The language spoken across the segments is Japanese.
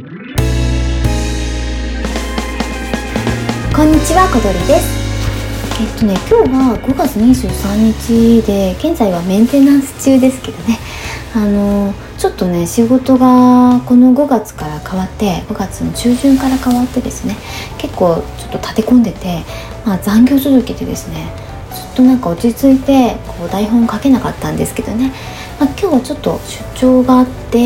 こんにちは、小鳥です。今日は5月23日で、現在はメンテナンス中ですけどね、ちょっとね、仕事がこの5月から変わって、5月の中旬から変わってですね、結構ちょっと立て込んでて、残業続きでですね、ずっとなんか落ち着いて台本書けなかったんですけどね、今日はちょっと出張があって、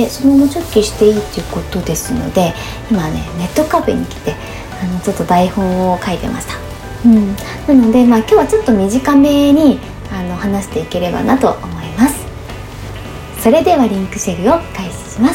そのまま直帰していいということですので、今ね、ネットカフェに来てちょっと台本を書いてました。なので、今日はちょっと短めに話していければなと思います。それではリンクシェルを開始します。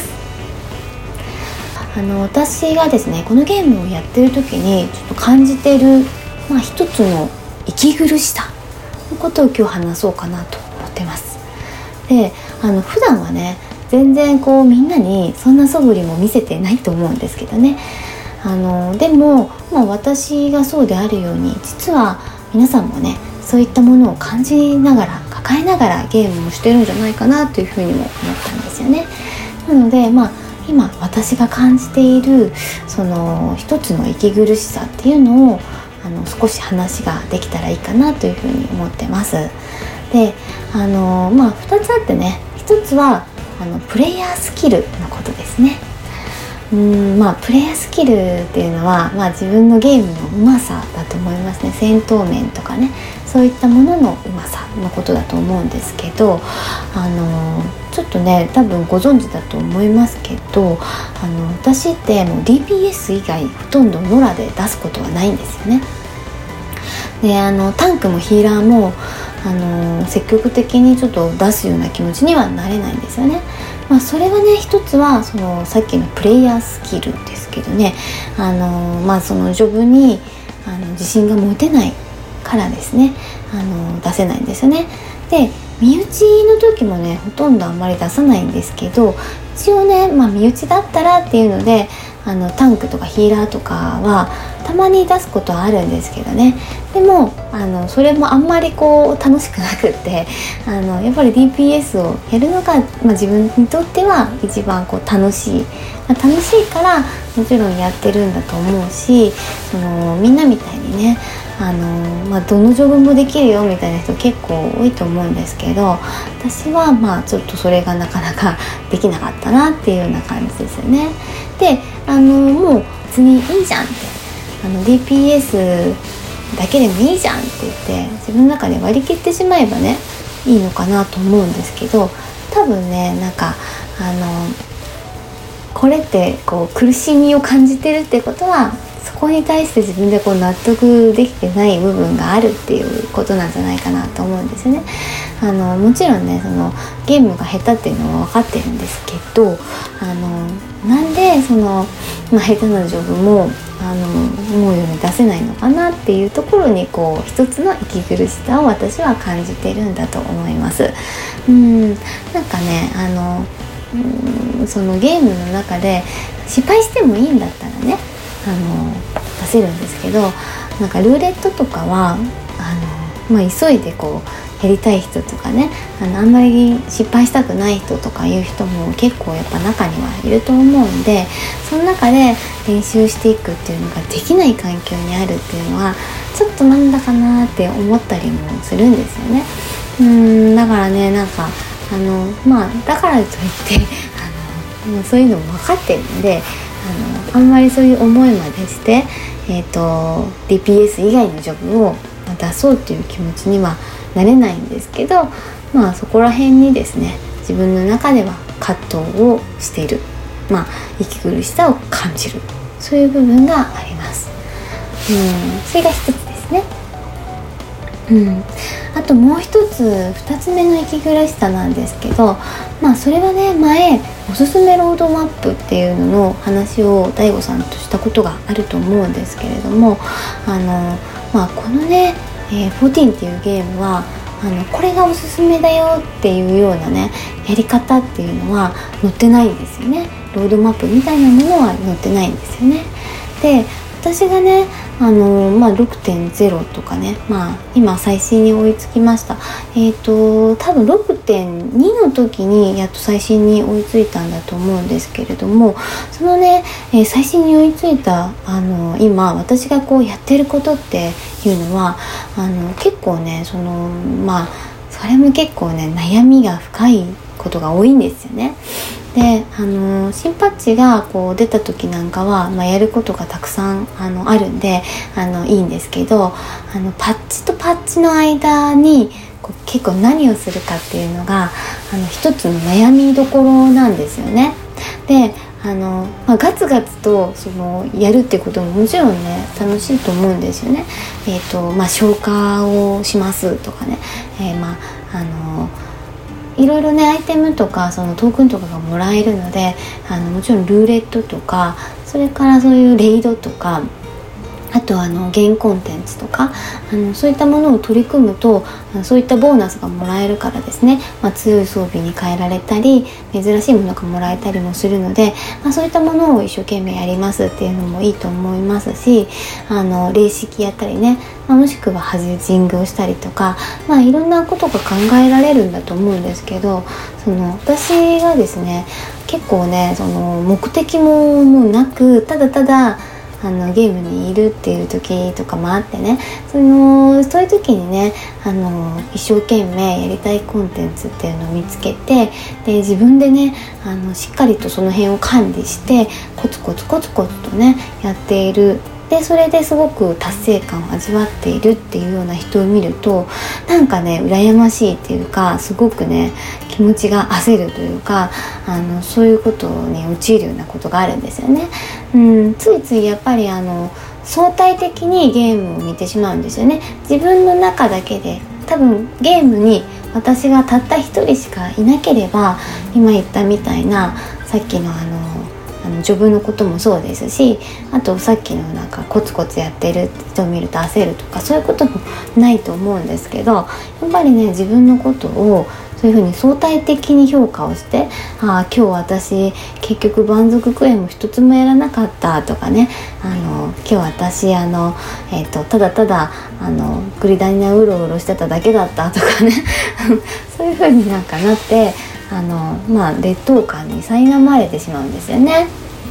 私がですね、このゲームをやってる時にちょっと感じてる、一つの息苦しさのことを今日話そうかなと思ってます。で、普段はね、全然みんなにそんな素振りも見せてないと思うんですけどね、でも、私がそうであるように、実は皆さんもね、そういったものを感じながら、抱えながらゲームをしてるんじゃないかなというふうにも思ったんですよね。なので、今私が感じているその一つの息苦しさっていうのを少し話ができたらいいかなというふうに思ってます。で、2つあってね、1つはプレイヤースキルのことですね。プレイヤースキルっていうのは、自分のゲームのうまさだと思いますね。戦闘面とかね、そういったもののうまさのことだと思うんですけど、ちょっとね、多分ご存知だと思いますけど、私ってもう DPS 以外ほとんど野良で出すことはないんですよね。で、タンクもヒーラーも積極的にちょっと出すような気持ちにはなれないんですよね。それはね、一つはさっきのプレイヤースキルですけどね、そのジョブに自信が持てないからですね、出せないんですよね。で、身内の時もね、ほとんどあんまり出さないんですけど、一応ね、身内だったらっていうのでタンクとかヒーラーとかはたまに出すことはあるんですけどね。でもそれもあんまり楽しくなくって、やっぱり DPS をやるのが、自分にとっては一番楽しい、楽しいからもちろんやってるんだと思うし、みんなみたいにね、どのジョブもできるよみたいな人結構多いと思うんですけど、私はちょっとそれがなかなかできなかったなっていうような感じですよね。で、もう別にいいじゃんって、DPS だけでもいいじゃんって言って自分の中で割り切ってしまえばね、いいのかなと思うんですけど、多分ね、これって苦しみを感じてるってことは、そこに対して自分で納得できてない部分があるっていうことなんじゃないかなと思うんですよね。もちろんね、ゲームが下手っていうのは分かってるんですけど、なんで下手なジョブも思うように出せないのかなっていうところに一つの息苦しさを私は感じてるんだと思います。なんかね、そのゲームの中で失敗してもいいんだったらね、出せるんですけど、ルーレットとかは急いでやりたい人とかね、あんまり失敗したくない人とかいう人も結構やっぱ中にはいると思うんで、その中で練習していくっていうのができない環境にあるっていうのはちょっとなんだかなって思ったりもするんですよね。だからね、だからといってもうそういうのも分かってるんで、あんまりそういう思いまでして、DPS 以外のジョブを出そうっていう気持ちにはなれないんですけど、そこら辺にですね、自分の中では葛藤をしている、息苦しさを感じる、そういう部分があります。それが一つですね。あともう一つ、二つ目の息苦しさなんですけど、それはね、前おすすめロードマップっていうのの話を大悟さんとしたことがあると思うんですけれども、このね、14っていうゲームはこれがおすすめだよっていうようなね、やり方っていうのは載ってないんですよね。ロードマップみたいなものは載ってないんですよね。で、私がね 6.0 とかね、今最新に追いつきました。多分 6.2 の時にやっと最新に追いついたんだと思うんですけれども、そのね、最新に追いついた今私がこうやってることっていうのは結構ねそれも結構ね悩みが深いことが多いんですよね。で新パッチがこう出た時なんかは、やることがたくさんあるんでいいんですけど、パッチとパッチの間にこう結構何をするかっていうのが一つの悩みどころなんですよね。でガツガツとやるっていうことももちろんね楽しいと思うんですよね。消化をしますとかね、いろいろねアイテムとかそのトークンとかがもらえるのでもちろんルーレットとか、それからそういうレイドとか、あとゲームコンテンツとかそういったものを取り組むとそういったボーナスがもらえるからですね、強い装備に変えられたり珍しいものがもらえたりもするので、そういったものを一生懸命やりますっていうのもいいと思いますし、霊式やったりね、もしくはハズジングをしたりとか、いろんなことが考えられるんだと思うんですけど、私がですね結構ね目的もなくただただゲームにいるっていう時とかもあってね、そういう時にね一生懸命やりたいコンテンツっていうのを見つけて、で自分でねしっかりとその辺を管理してコツコツコツコツとねやっている。でそれですごく達成感を味わっているっていうような人を見るとなんかね羨ましいっていうか、すごくね気持ちが焦るというかそういうことに陥るようなことがあるんですよね。ついついやっぱり相対的にゲームを見てしまうんですよね。自分の中だけで多分ゲームに私がたった一人しかいなければ、今言ったみたいなさっきのジョブのこともそうですし、あとさっきのなんかコツコツやってる人を見ると焦るとかそういうこともないと思うんですけど、やっぱりね自分のことをそういうふうに相対的に評価をして、今日私結局蛮族クエも一つもやらなかったとかね、今日私ただただグリダニナうろうろしてただけだったとかねそういうふうになって劣等感に苛まれてしまうんですよね。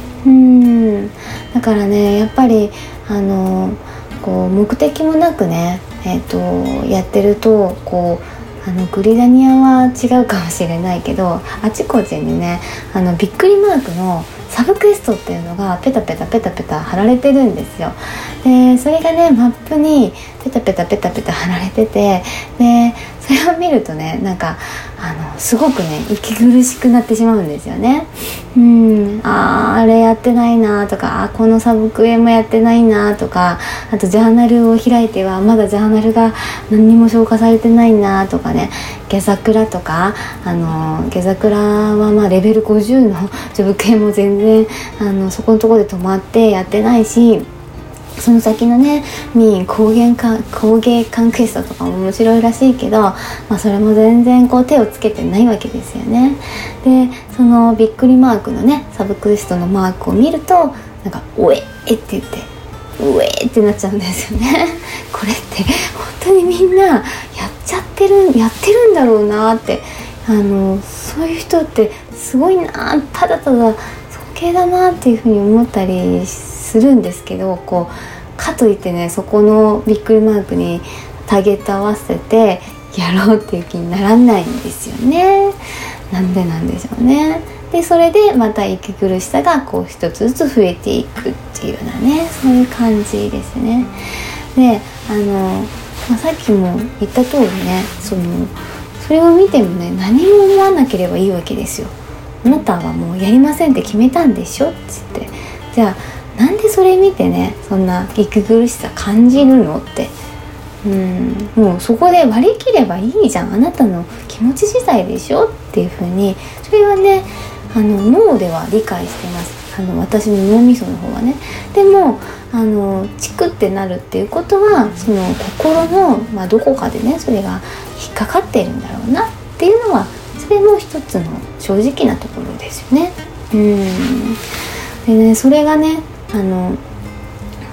だからねやっぱりこう目的もなくね、やってるとグリダニアは違うかもしれないけど、あちこちにねびっくりマークのサブクエストっていうのがペタペタペタペタ貼られてるんですよ。でそれがねマップにペタペタペタペタ貼られてて、でそれを見るとねすごくね息苦しくなってしまうんですよね。あれやってないなとか、このサブクエもやってないなとか、あとジャーナルを開いてはまだジャーナルが何にも消化されてないなとかね、ゲザクラとかゲザクラはレベル50のジョブ系も全然そこのところで止まってやってないし、その先のね工芸関係者とかも面白いらしいけど、それも全然手をつけてないわけですよね。でそのびっくりマークのねサブクエストのマークを見るとおえって言ってうえってなっちゃうんですよねこれって本当にみんなやってるんだろうなって、そういう人ってすごいな、ただただ尊敬だなっていうふうに思ったりするんですけど、かといってねそこのびっくりマークにターゲット合わせてやろうっていう気にならないんですよね。なんでなんでしょうね。でそれでまた息苦しさが一つずつ増えていくっていうようなね、そういう感じですね。でさっきも言った通りねそれを見てもね何も思わなければいいわけですよ。あなたはもうやりませんって決めたんでしょっつって、じゃあなんでそれ見てねそんな息苦しさ感じるのって、もうそこで割り切ればいいじゃん、あなたの気持ち次第でしょっていう風に、それはね脳では理解してます。私の脳みその方はね。でもチクってなるっていうことはその心の、どこかでねそれが引っかかってるんだろうなっていうのは、それも一つの正直なところですよね。でねそれがね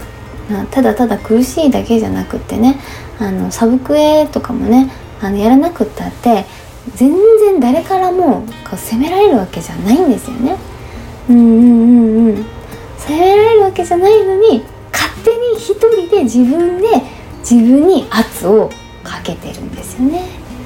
ただただ苦しいだけじゃなくってね、サブクエとかもねやらなくったって全然誰からも責められるわけじゃないんですよね。責められるわけじゃないのに勝手に一人で自分に圧をかけてるんですよね。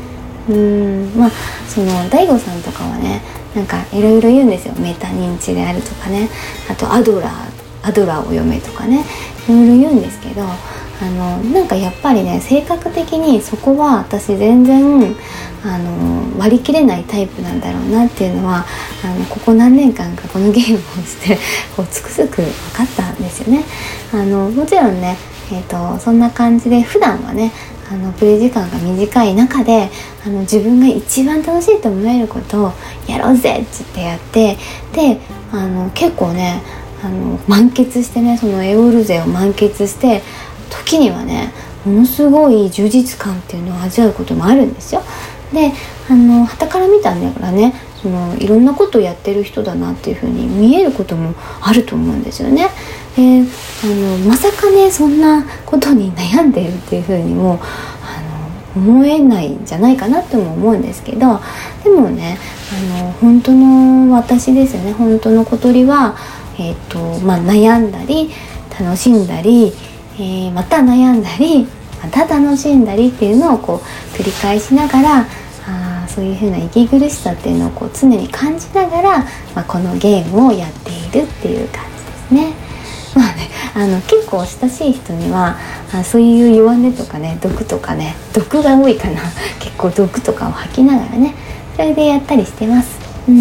その大悟さんとかはねなんかいろいろ言うんですよ。メタ認知であるとかね、あとアドラーを読めとかね、いろいろ言うんですけど、なんかやっぱりね性格的にそこは私全然割り切れないタイプなんだろうなっていうのはここ何年間かこのゲームをしてつくづく分かったんですよね。もちろんね、そんな感じで普段はねプレイ時間が短い中で自分が一番楽しいと思えることをやろうぜって言ってやって、で結構ね満喫してね、そのエオルゼを満喫して時にはねものすごい充実感っていうのを味わうこともあるんですよ。で傍から見たんだからねいろんなことをやってる人だなっていう風に見えることもあると思うんですよね。でまさかねそんなことに悩んでるっていう風にも思えないんじゃないかなとも思うんですけど、でもね本当の私ですよね。本当の小鳥は、悩んだり楽しんだり、また悩んだりまた楽しんだりっていうのを繰り返しながらそういう風な息苦しさっていうのを常に感じながら、このゲームをやっているっていう感じですね。結構親しい人にはそういう弱音とかね毒とかね、毒が多いかな結構毒とかを吐きながらねそれでやったりしてます。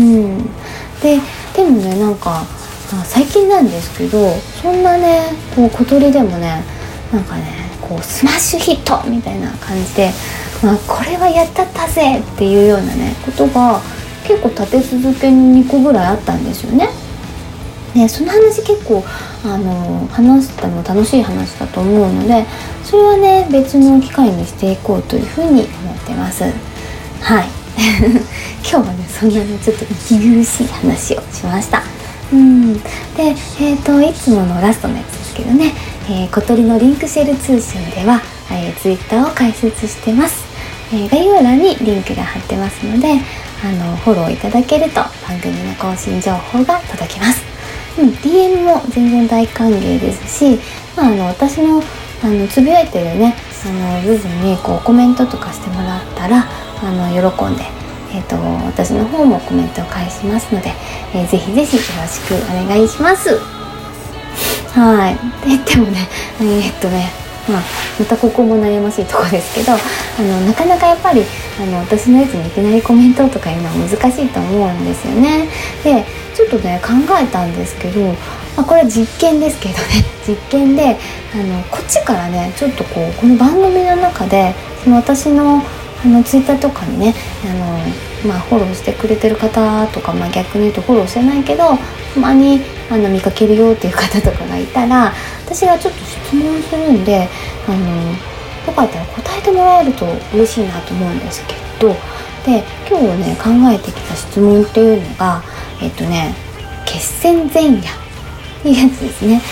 でもねなんか最近なんですけどそんなね小鳥でもねなんかねスマッシュヒットみたいな感じで、これはやったったぜっていうようなねことが結構立て続けに2個ぐらいあったんですよね。でその話結構話したの楽しい話だと思うので、それはね別の機会にしていこうというふうに思ってます。はい今日はねそんなねちょっと息苦しい話をしました。でいつものラストのやつですけどね、小鳥のリンクシェル通信では、ツイッターを開設してます。概要欄にリンクが貼ってますのでフォローいただけると番組の更新情報が届きます。DM も全然大歓迎ですし、私のつぶやいてるね部分にコメントとかしてもらったら喜んで、私の方もコメントを返しますので、ぜひぜひよろしくお願いします。はいって言ってもねまたここも悩ましいところですけどなかなかやっぱり私のやつにいきなりコメントとかいうのは難しいと思うんですよね。でちょっとね考えたんですけど、これは実験ですけどね実験でこっちからねちょっとこの番組の中で私のツイッターとかにねフォローしてくれてる方とか、逆に言うとフォローしてないけどたまに見かけるよっていう方とかがいたら私がちょっと質問するんでよかったら答えてもらえると嬉しいなと思うんですけど、で今日ね考えてきた質問っていうのが決戦前夜っていうやつですね。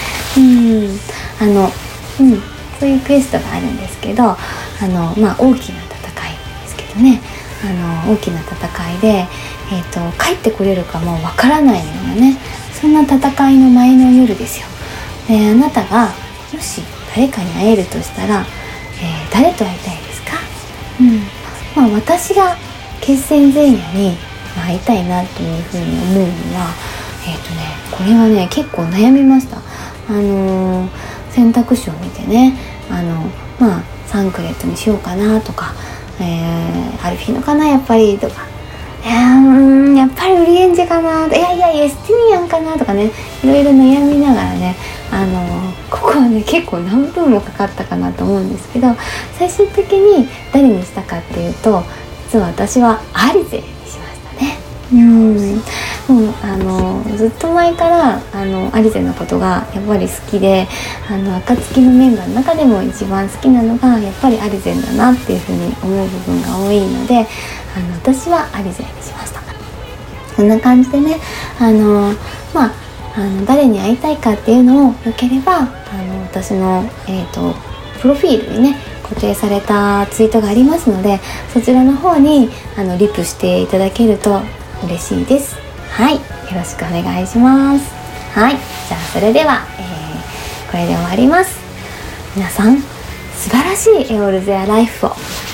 そういうクエストがあるんですけど大きな戦いですけどね大きな戦いで、帰ってこれるかもわからないようなねそんな戦いの前の夜ですよ。あなたがもし誰かに会えるとしたら、誰と会いたいですか？私が決戦前夜に会いたいなというふうに思うのはこれはね結構悩みました。選択肢を見てねサンクレットにしようかなとか、アルフィーノかなやっぱりとかやっぱりウリエンジかな、いやエスティニアンかなとかねいろいろ悩みながらねここはね結構何分もかかったかなと思うんですけど、最終的に誰にしたかっていうと実は私はアリゼにしましたね。ずっと前からアリゼのことがやっぱり好きで暁のメンバーの中でも一番好きなのがやっぱりアリゼだなっていうふうに思う部分が多いので私はアリゼにしました。そんな感じでね誰に会いたいかっていうのをよければ私の、プロフィールにね固定されたツイートがありますので、そちらの方にリプしていただけると嬉しいです。はい、よろしくお願いします。はい、じゃあそれでは、これで終わります。皆さん素晴らしいエオルゼアライフを